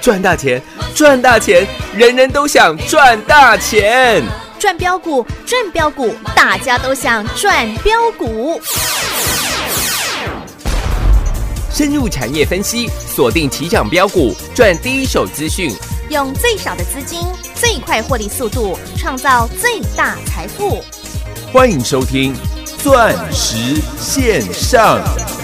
赚大钱，赚大钱，人人都想赚大钱。 赚标股，赚标股，大家都想赚标股。 深入产业分析，锁定起涨标股，赚第一手资讯， 用最少的资金，最快获利速度，创造最大财富。 欢迎收听钻石线上。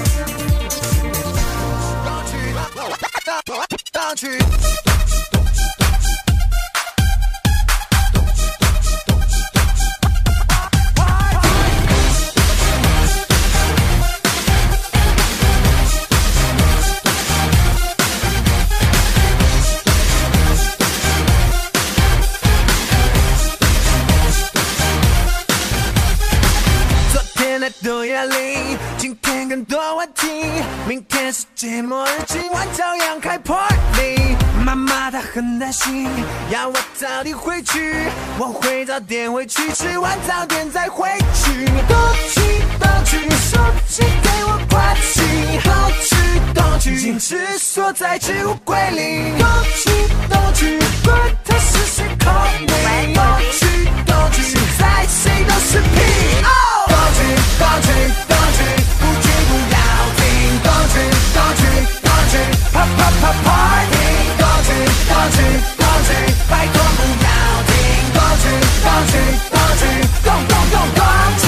多压力，今天更多问题，明天世界末日，今晚照样开 party。妈妈她很担心，要我早点回去，我会早点回去，吃完早点再回去。东去东去，手机给我关机，东去东去，坚持锁在置物柜里。东去东去，管他是谁 call me。东去东去，现在谁都是屁。东去东去东去，不去不要停。东去东去东去，啪啪啪 party。东去东去东去，拜托不要停。东去东去东去，动动动动去。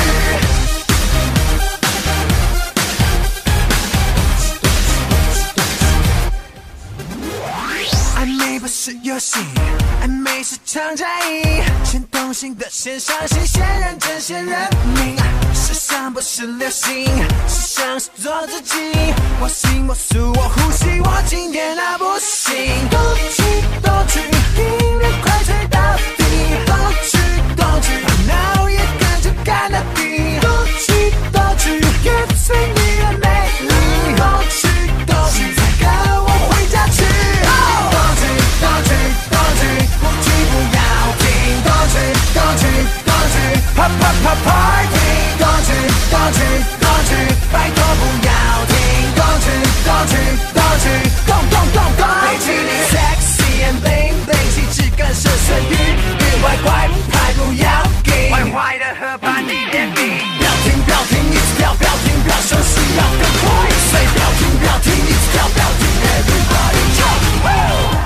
暧昧不是游戏，暧昧是场战役，先动心的先伤心，先认真先认命。时尚不是流行，时尚是做自己。我行我素我呼吸，我今天那不行。动去动去，音乐快吹到底。动去动去，脑也跟着干到底。动去动去，越醉女人美丽。动去动去，再跟我回家去。动去动去动去，不去不要停。动去动去动去，啪啪啪 party。动去动去动去，拜托不要停。动去动去动去，动动动动。背起你 sexy and bling bling， 气质更是神韵韵，坏坏还不要紧，坏坏的和把你脸比。不要停不要停，一直跳不要停不要休息，要更快。所以不要停不要停，一直跳不要停 ，everybody jump。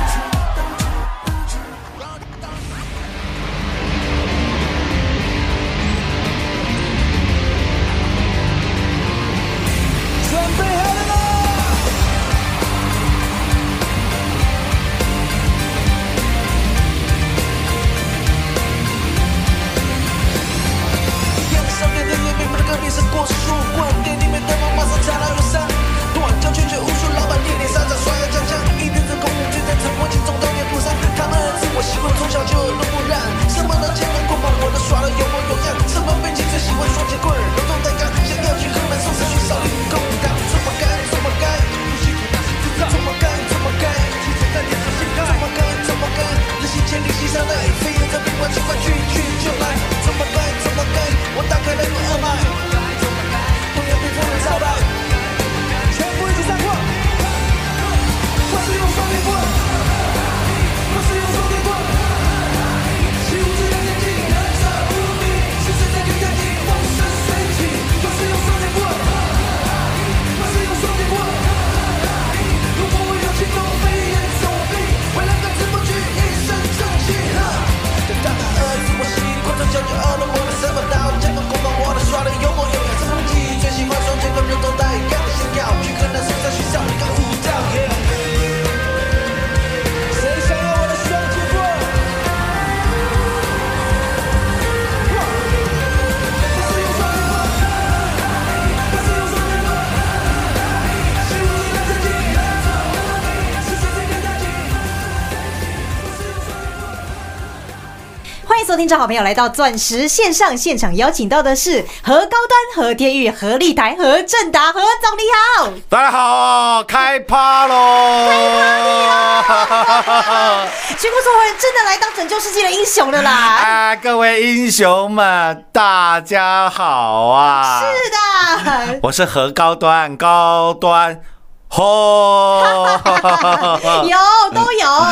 收听众好朋友来到钻石线上现场，邀请到的是何高端、何天玉、何立台、何正达、何总，你好！ 大家好，开趴喽！ 开趴全国所有人真的来当拯救世界的英雄了啦！ 各位英雄们，大家好啊！ 是的， 我是何高端，高端。有都有，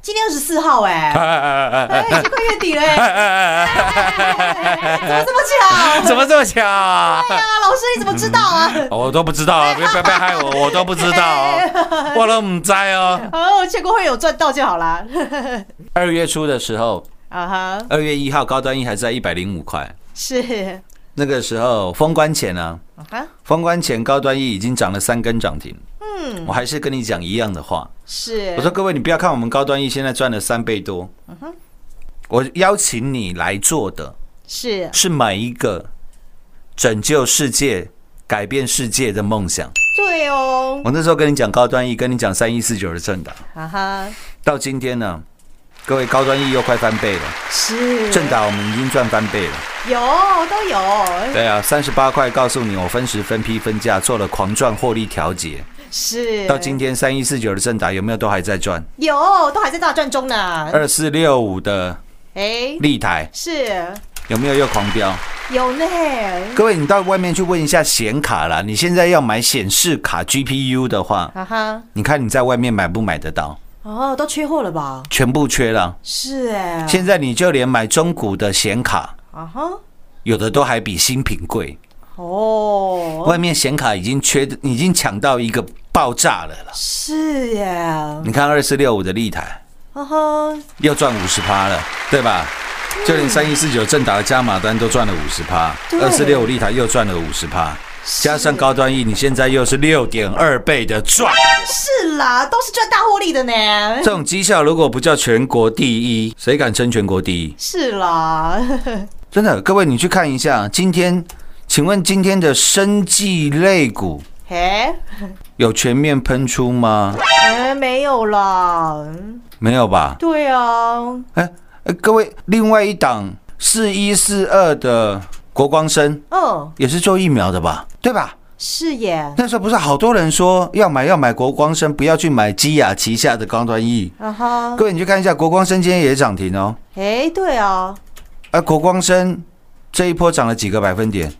今天24号已经快月底了怎么这么巧？ 怎么这么巧？ 对啊，老师你怎么知道啊？ 我都不知道啊，别害我，我都不知道哦，我都不知哦。 结果会有赚到就好啦。 2月初的时候，2月1号高端 E 还在105块， 是那个时候封关前啊，封关前高端 E 已经涨了3根涨停。我还是跟你讲一样的话， 是我说各位，你不要看我们高端 E 现在赚了3倍多，我邀请你来做的是买一个拯救世界、改变世界的梦想。 对哦， 我那时候跟你讲高端 E， 跟你讲3149的正达，到今天呢，各位高端 E 又快翻倍了， 是正达我们已经赚翻倍了， 都有。 对啊，38块告诉你，我分时分批分价做了狂赚获利调节。 是到今天3149的正达有没有都还在赚？ 有，都还在大赚中呢。 2465的立台是有没有又狂飙？ 有呢。 各位，你到外面去问一下显卡啦，你现在要买显示卡 GPU 的话，你看你在外面买不买得到？ 都缺货了吧？ 全部缺了。 是现在你就连买中古的显卡，有的都还比新品贵。外面显卡已经抢到一个爆炸了啦。是耶。你看2465的立台，又赚50%了，对吧？就连3149正达的加码单都赚了50%，2465立台又赚了50%，加上高端 E， 你现在又是6.2倍的赚。 是啦，都是赚大获利的呢。 这种绩效如果不叫全国第一，谁敢称全国第一？ 是啦， 真的，各位你去看一下，请问今天的生技类股有全面喷出吗？ 没有啦。 没有吧？ 对啊。 各位，另外一档4142的国光生，也是做疫苗的吧？对吧？ 是耶。 那时候不是好多人说要买国光生，不要去买基亚旗下的高端 E。各位你去看一下，国光生今天也涨停哦。 对啊。 国光生这一波涨了几个百分点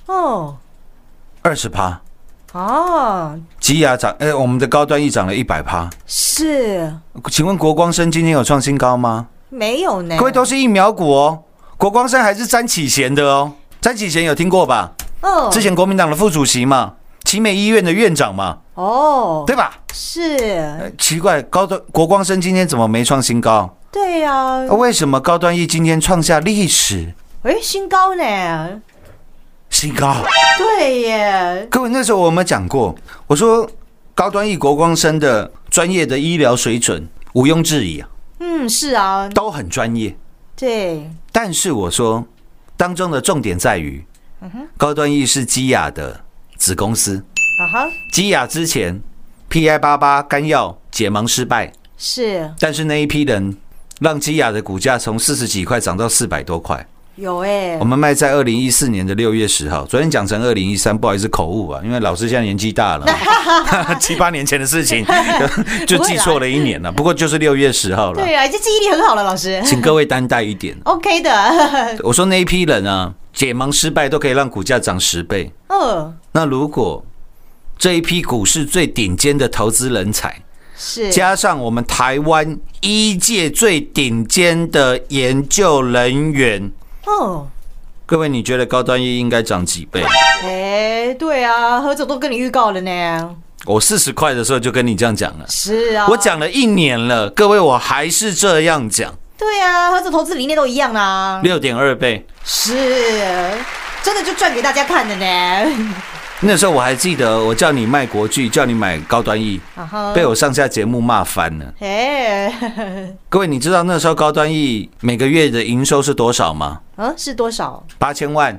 ？20%。基亚涨，我们的高端 E 涨了100%。是。请问国光生今天有创新高吗？ 没有呢。 各位都是疫苗股哦，国光生还是詹启贤的哦。詹启贤有听过吧？之前国民党的副主席嘛，奇美医院的院长嘛。对吧？是。奇怪，国光生今天怎么没创新高？对呀。为什么高端 E 今天创下历史？ 新高呢？ 新高。 对耶。 各位，那时候我们讲过，我说高端 E 国光生的专业的医疗水准毋庸置疑啊。 是啊， 都很专业。 对。 但是我说当中的重点在于，高端 E 是基亚的子公司。基亚之前 PI88 肝药解盲失败，是。但是那一批人让基亚的股价从40几块涨到400多块。有我们卖在2014年的6月10号，昨天讲成2013，不好意思口误啊，因为老师现在年纪大了，7、8年前的事情就记错了1年了。不过就是6月10号了。对啊，这记忆力很好了，老师。请各位担待一点。OK 的。我说那一批人啊，解盲失败都可以让股价涨10倍。那如果这一批股市最顶尖的投资人才，是加上我们台湾医界最顶尖的研究人员。各位，你觉得高端 E 应该涨几倍？对啊，何总都跟你预告了呢。我40块的时候就跟你这样讲了。是啊，我讲了1年了，各位，我还是这样讲。对啊，何总投资理念都一样啊。6.2倍，是真的就赚给大家看的呢。那时候我还记得，我叫你卖国巨，叫你买高端 E， 被我上下节目骂翻了。各位，你知道那时候高端 E 每个月的营收是多少吗？是多少？8000万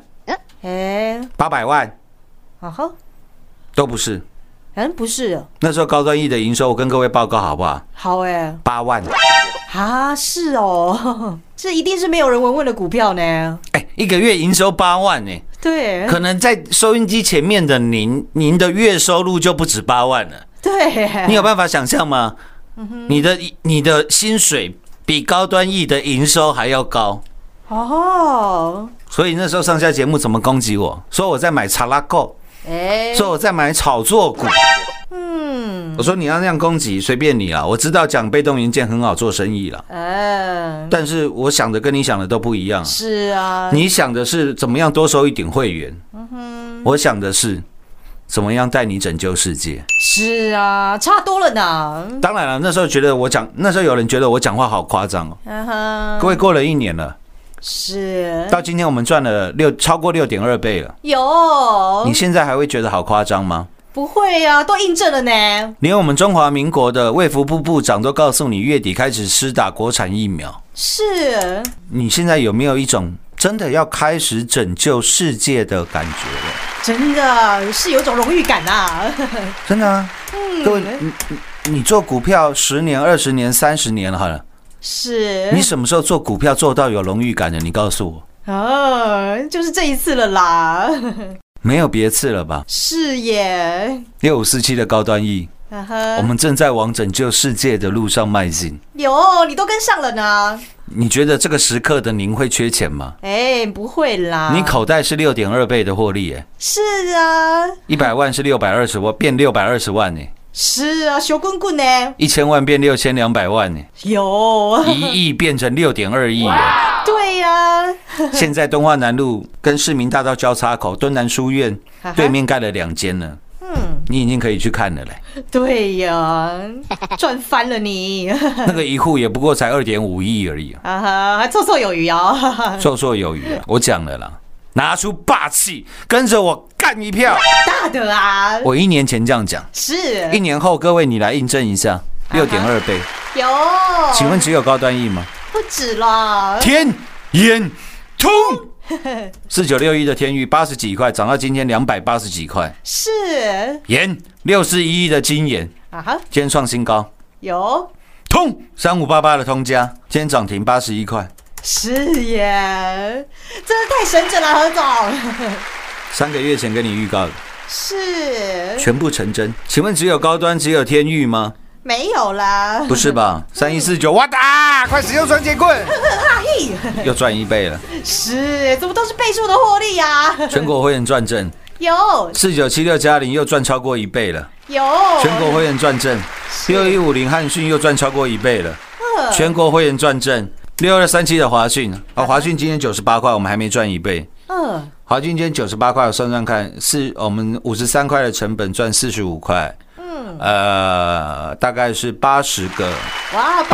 ，800万，都不是。不是。那时候高端 E 的营收，我跟各位报告好不好？好8万。是哦，这一定是没有人闻问的股票呢。一个月营收8万呢。对，可能在收音机前面的您的月收入就不止8万了。对，你有办法想象吗？你的薪水比高端 E 的营收还要高。所以那时候上下节目怎么攻击我？说我在买查拉购，说我在买炒作股。 我说你要那样攻击，随便你啦。我知道讲被动元件很好做生意啦，但是我想的跟你想的都不一样。 是啊， 你想的是怎么样多收一点会员，我想的是怎么样带你拯救世界。 是啊，差多了呢。 当然了，那时候有人觉得我讲话好夸张哦。各位，过了1年了。 是， 到今天我们赚了超过6.2倍了。 有， 你现在还会觉得好夸张吗？ 不会啊，都印证了呢。 连我们中华民国的卫福部部长都告诉你，月底开始施打国产疫苗。 是， 你现在有没有一种真的要开始拯救世界的感觉了？ 真的是有种荣誉感啊！ 真的啊，各位，你做股票10年、20年、30年了，好了。 是， 你什么时候做股票做到有荣誉感的？你告诉我。 就是这一次了啦。 没有别次了吧？ 是耶。 6547的高端 E，我们正在往拯救世界的路上迈进。 有，你都跟上了呢。 你觉得这个时刻的您会缺钱吗？ 不会啦。 你口袋是6.2倍的获利， 是啊。 100万是620万，变620万呢。 是啊，小滚滚呢 ，1000万变6200万呢， 有 1亿变成6.2亿。 对呀。 现在敦化南路跟市民大道交叉口敦南书院对面盖了2间了，你已经可以去看了嘞。 对呀，赚翻了你。 那个一户也不过才2.5亿而已还绰绰有余啊， 绰绰有余啊。我讲了啦，拿出霸气，跟着我干一票。 大的啊！ 我1年前这样讲， 是 1年后各位你来印证一下，6.2倍。 有， 请问只有高端 E 吗？ 不止啦。 天眼通4961的天钰80几块，涨到今天280几块。 是盐641的金盐，今天创新高。 有通3588的通家，今天涨停81块。 是耶，真的太神准了，何总。 3个月前跟你预告的， 是全部成真。请问只有高端只有天钰吗？ 没有啦， 不是吧？3149，哇哒，快使用双节棍，又赚1倍了。 是，怎么都是倍数的获利呀？ 全国会员赚正， 有 4976嘉玲又赚超过1倍了。 有全国会员赚正，6150汉讯又赚超过1倍了。全国会员赚正，6237的华讯华讯今天98块，我们还没赚1倍。华讯今天98块，我算算看，我们53块的成本赚45块。大概是80个， 哇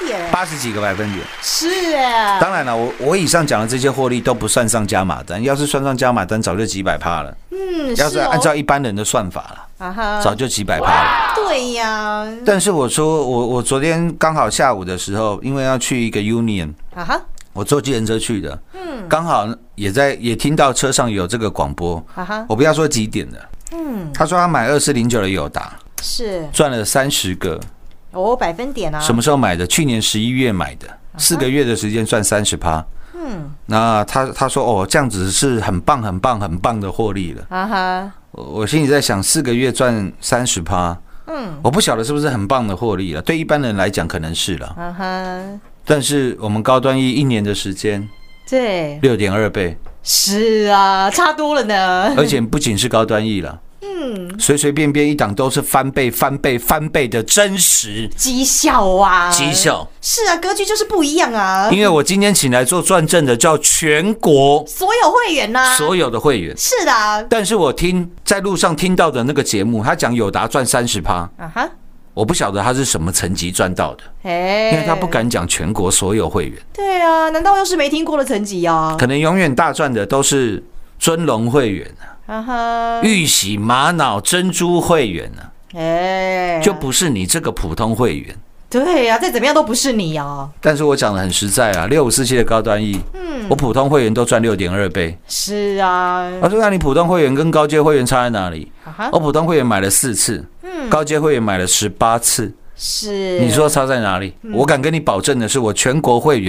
，80几个百分点。 是哎， 当然了，我以上讲的这些获利都不算上加码单，要是算上加码单，早就几百%了。要是按照一般人的算法了，早就几百%了。 对呀。 但是我说我昨天刚好下午的时候，因为要去一个 Union，我坐计程车去的，刚好也听到车上有这个广播，我不要说几点的，他说他买2409的友达。 是赚了30个百分点啊！ 什么时候买的？去年11月买的，4个月的时间赚30%。那他说这样子是很棒很棒很棒的获利了。我心里在想，4个月赚30%，我不晓得是不是很棒的获利了。对一般人来讲可能是了。但是我们高端1年的时间， 对 6.2倍， 是啊，差多了呢。 而且不仅是高端1了。随随便便一档都是翻倍的真实绩效啊！ 绩效是啊，格局就是不一样啊。 因为我今天请来做转正的叫全国所有会员呐， 所有的会员是的。 但是我在路上听到的那个节目，他讲友达赚30%，我不晓得他是什么层级赚到的，因为他不敢讲全国所有会员。对啊，难道又是没听过的层级啊？ 可能永远大赚的都是尊龙会员玉玺玛瑙珍珠会员就不是你这个普通会员。 对呀，再怎么样都不是你啊。 但是我讲的很实在啊，6547的高端 E，我普通会员都赚6.2倍。 是啊。 我说那你普通会员跟高阶会员差在哪里？我普通会员买了4次，高阶会员买了18次。是。你说差在哪里？我敢跟你保证的是，我全国会员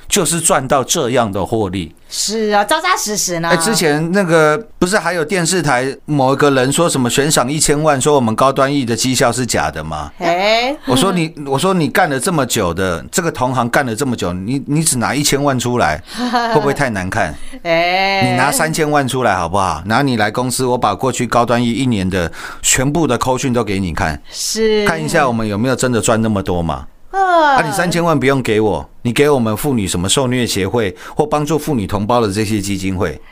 就是赚到这样的获利。 是啊，扎扎实实呢。 之前那个不是还有电视台某一个人说什么悬赏1000万，说我们高端 E 的绩效是假的吗？我说你干了这么久的这个同行干了这么久，你只拿1000万出来，会不会太难看？你拿3000万出来好不好？拿你来公司，我把过去高端 E 1年的全部的扣讯都给你看， 是看一下我们有没有真的赚那么多嘛？你3000万不用给我，你给我们妇女什么受虐协会或帮助妇女同胞的这些基金会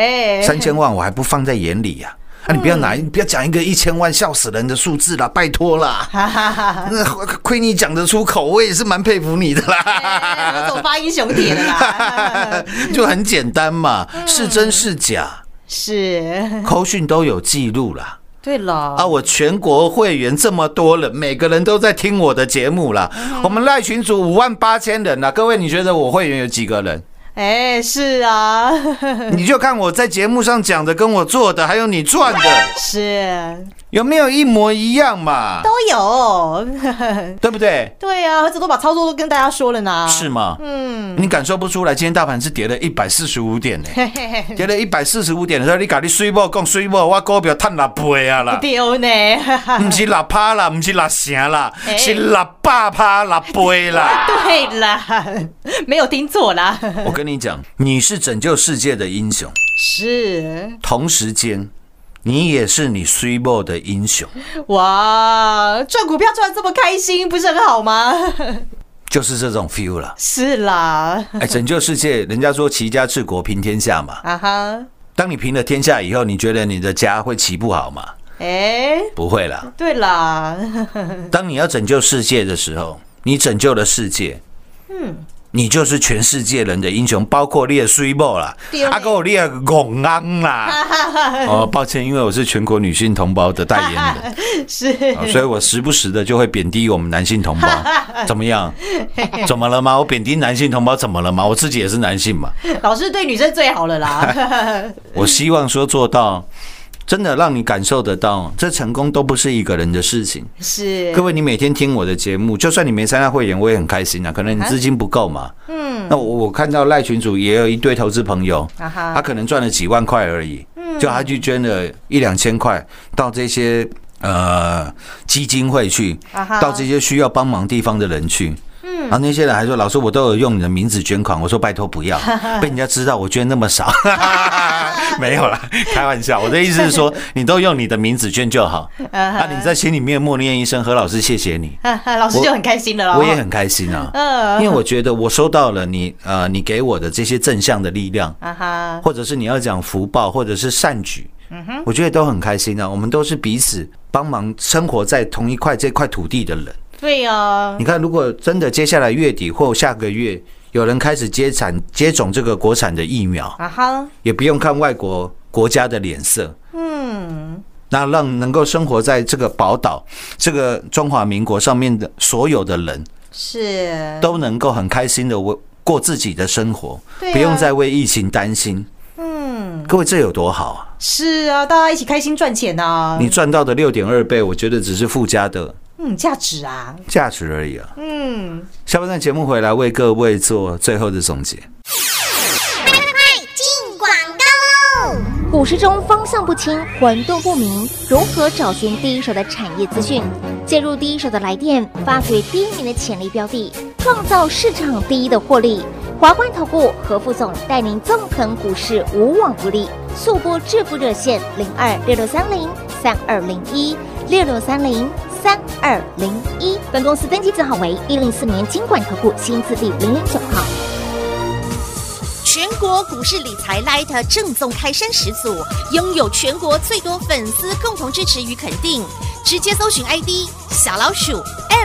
，3000万我还不放在眼里呀。你不要讲一个1000万笑死人的数字啦，拜托啦！亏你讲得出口，我也是蛮佩服你的啦。 我总发英雄帖的啦， 就很简单嘛，是真是假， 是扣讯都有记录啦。 对了我全国会员这么多人，每个人都在听我的节目啦。我们赖群组58000人啦，各位你觉得我会员有几个人？ 是啊， 你就看我在节目上讲的，跟我做的，还有你赚的， 是有没有一模一样嘛？ 都有， 对不对？ 对啊，何止都把操作都跟大家说了呢？ 是吗？你感受不出来，今天大盘是跌了145点呢，跌了145点的时候，你跟你水某讲水某，我股票赚6倍啊啦， 对呢， 不是6%啦，不是6成啦，是600%6倍啦。 对啦，没有听错啦。 我跟你讲，你是拯救世界的英雄， 是同时间你也是你水某的英雄。 哇，赚股票赚得这么开心，不是很好吗？ 就是这种 feel 啦。 是啦， 拯救世界，人家说齐家治国平天下嘛。当你平了天下以后，你觉得你的家会齐不好吗？不会啦。对啦。当你要拯救世界的时候，你拯救了世界，你就是全世界人的英雄，包括你的水某啦，还有你的公安啦。抱歉，因为我是全国女性同胞的代言人， 是， 所以我时不时的就会贬低我们男性同胞。怎么样？怎么了吗？我贬低男性同胞怎么了吗？我自己也是男性嘛。 老师对女生最好了啦。 我希望说做到。真的让你感受得到，这成功都不是一个人的事情。 是， 各位，你每天听我的节目，就算你没参加会员，我也很开心啊。可能你资金不够嘛，那我看到赖群组也有一堆投资朋友，他可能赚了几万块而已，就他去捐了1-2千块到这些基金会去，到这些需要帮忙地方的人去。然后那些人还说：“老师，我都有用你的名字捐款。”我说：“拜托不要，被人家知道我捐那么少。”没有啦，开玩笑。我的意思是说，你都用你的名字捐就好。你在心里面默念一声：“何老师，谢谢你。” 老师就很开心了咯。 我也很开心啊，因为我觉得我收到了你给我的这些正向的力量，或者是你要讲福报，或者是善举，我觉得都很开心啊。我们都是彼此帮忙，生活在同一块这块土地的人。 对啊， 你看，如果真的接下来月底或下个月有人开始接种这个国产的疫苗，也不用看外国国家的脸色，那让能够生活在这个宝岛、这个中华民国上面的所有的人，是都能够很开心的过自己的生活，不用再为疫情担心。各位，这有多好啊！是啊，大家一起开心赚钱啊！你赚到的6.2倍，我觉得只是附加的。价值啊，价值而已啊。下半段节目回来为各位做最后的总结。 快进广告喽！股市中方向不清、混沌不明，如何找寻第一手的产业资讯？介入第一手的来电，发掘第一名的潜力标的，创造市场第一的获利。华冠投顾何副总带领纵横股市，无往不利。速播致富热线026630320166303201。本公司登记字号为104年金管投顾新字第009号。全国股市理财 Lite 正宗开山始祖，拥有全国最多粉丝共同支持与肯定。直接搜寻 ID 小老鼠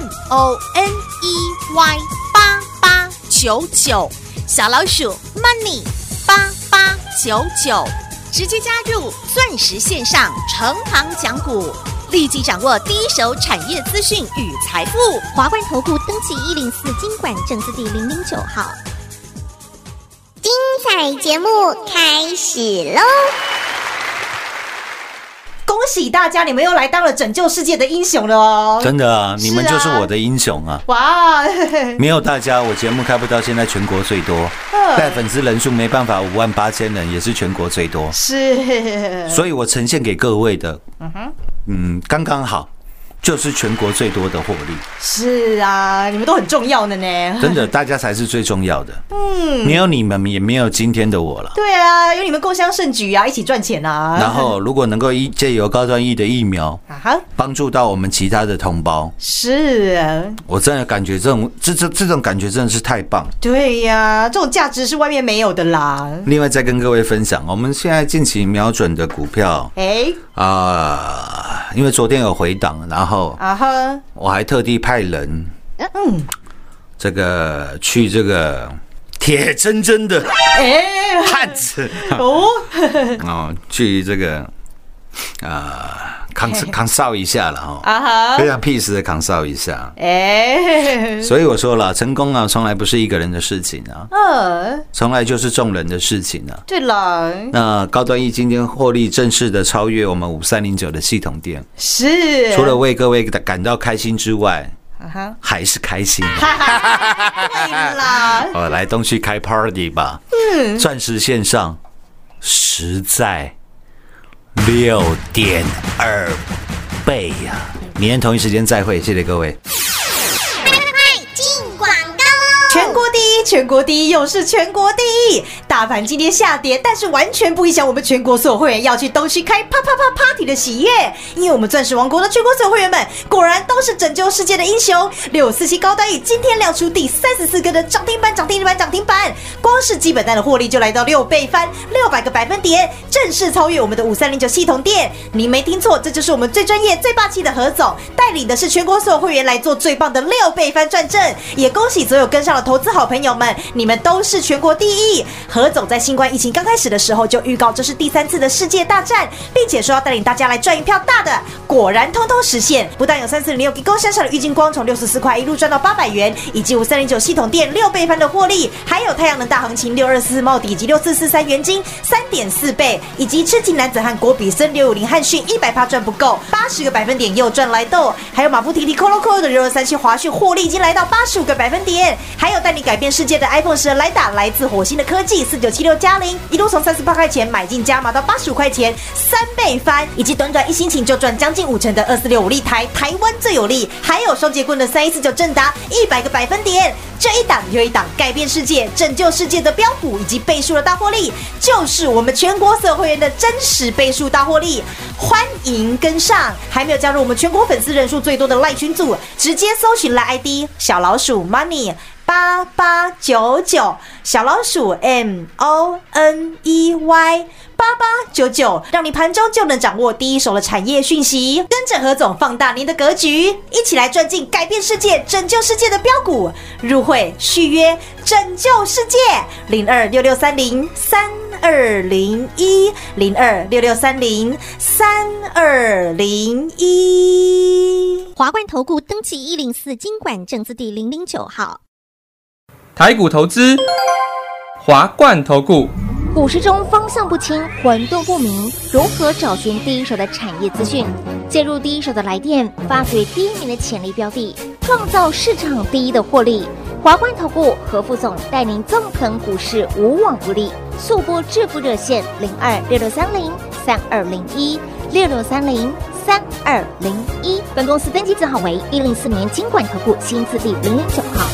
MONEY8899， 小老鼠 Money 8899，直接加入钻石线上成行讲股。立即掌握第一手产业资讯与财富。华冠投顾登记104金管证字第009号。精彩节目开始喽！恭喜大家，你们又来当了拯救世界的英雄了哦！ 真的啊，你们就是我的英雄啊！ 哇， 没有大家，我节目开不到现在全国最多，但粉丝人数没办法58000人，也是全国最多。 是， 所以我呈现给各位的，刚刚好。就是全国最多的获利。 是啊，你们都很重要的呢。 真的，大家才是最重要的。没有你们，也没有今天的我了。 对啊，有你们共襄盛举啊，一起赚钱啊。 然后，如果能够借由高端E的疫苗，帮助到我们其他的同胞， 是啊， 我真的感觉这种感觉真的是太棒。 对呀，这种价值是外面没有的啦。 另外，再跟各位分享，我们现在近期瞄准的股票，因为昨天有回档，然后我还特地派人，这个去这个铁铮铮的汉子去这个扛哨一下了哈，非常 peace 的扛哨一下。所以我说了，成功啊，从来不是一个人的事情啊，从来就是众人的事情啊。 对了， 那高端E今天获利正式的超越我们5309的系统店， 是除了为各位感到开心之外，还是开心。 对啦， 来东区开 party 吧。钻石线上实在6.2倍呀！明天同一时间再会，谢谢各位。 全国第一，全国第一，又是全国第一。大盘今天下跌，但是完全不影响我们全国所有会员要去东区开啪啪啪 party 的喜悦，因为我们钻石王国的全国所有会员们果然都是拯救世界的英雄。6547高端E今天亮出第34个的涨停板，涨停板，涨停板，光是基本单的获利就来到6倍翻，600个百分点，正式超越我们的5309系统店。你没听错，这就是我们最专业、最霸气的何总带领的是全国所有会员来做最棒的6倍翻转正，也恭喜所有跟上了投资好朋友们，你们都是全国第一。何总在新冠疫情刚开始的时候就预告这是第3次的世界大战，并且说要带领大家来赚一票大的，果然通通实现。不但有3406给高山上的郁金光从64块一路赚到800元，以及5309系统店6倍翻的获利，还有太阳能大行情6244茂迪以及6443元金3.4倍，以及痴情男子汉郭比森650汉讯100%赚不够，80个百分点又赚来豆，还有马夫提提 Colo 的6237华讯获利已经来到85个百分点，还有带你改变世界的 iPhone 10来打来自火星的科技4976+0，一路从38块钱买进加码到85块钱，3倍翻，以及短短1星期就赚将近50%的246立台湾最有利，还有双节棍的3149正达100个百分点，这一档又一档改变世界、拯救世界的标股以及倍数的大获利，就是我们全国所有会员的真实倍数大获利，欢迎跟上！还没有加入我们全国粉丝人数最多的赖群组，直接搜寻赖 ID 小老鼠 money8899，小老鼠 MONEY 8899，让你盘中就能掌握第一手的产业讯息，跟着何总放大您的格局，一起来赚进改变世界、拯救世界的标股。入会续约拯救世界0266303201，0266303201。 华冠投顾登记104金管证字第009号。 台股投资，华冠投顾。 股市中方向不清、混沌不明，如何找寻第一手的产业资讯？介入第一手的来电，发掘第一名的潜力标的，创造市场第一的获利。华冠投顾何副总带领纵横股市，无往不利。速播致富热线0266303201，66303201。本公司登记字号为104年金管投顾新字第009号。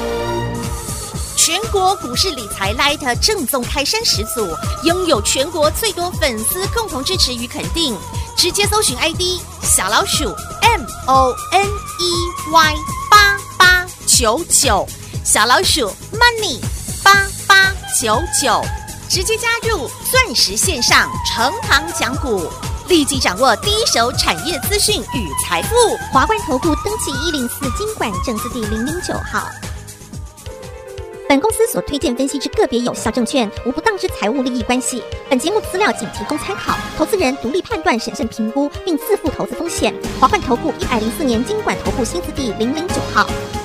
全国股市理财 Lite 正宗开山始祖，拥有全国最多粉丝共同支持与肯定。直接搜寻 ID 小老鼠 MONEY8899，小老鼠 Money 8899，直接加入钻石线上成行讲股，立即掌握第一手产业资讯与财富。 华冠投顾登记104金管证字第009号。本公司所推荐分析之个别有效证券，无不当之财务利益关系。本节目资料仅提供参考，投资人独立判断、审慎评估，并自负投资风险。华冠投顾104年金管投顾新字第009号。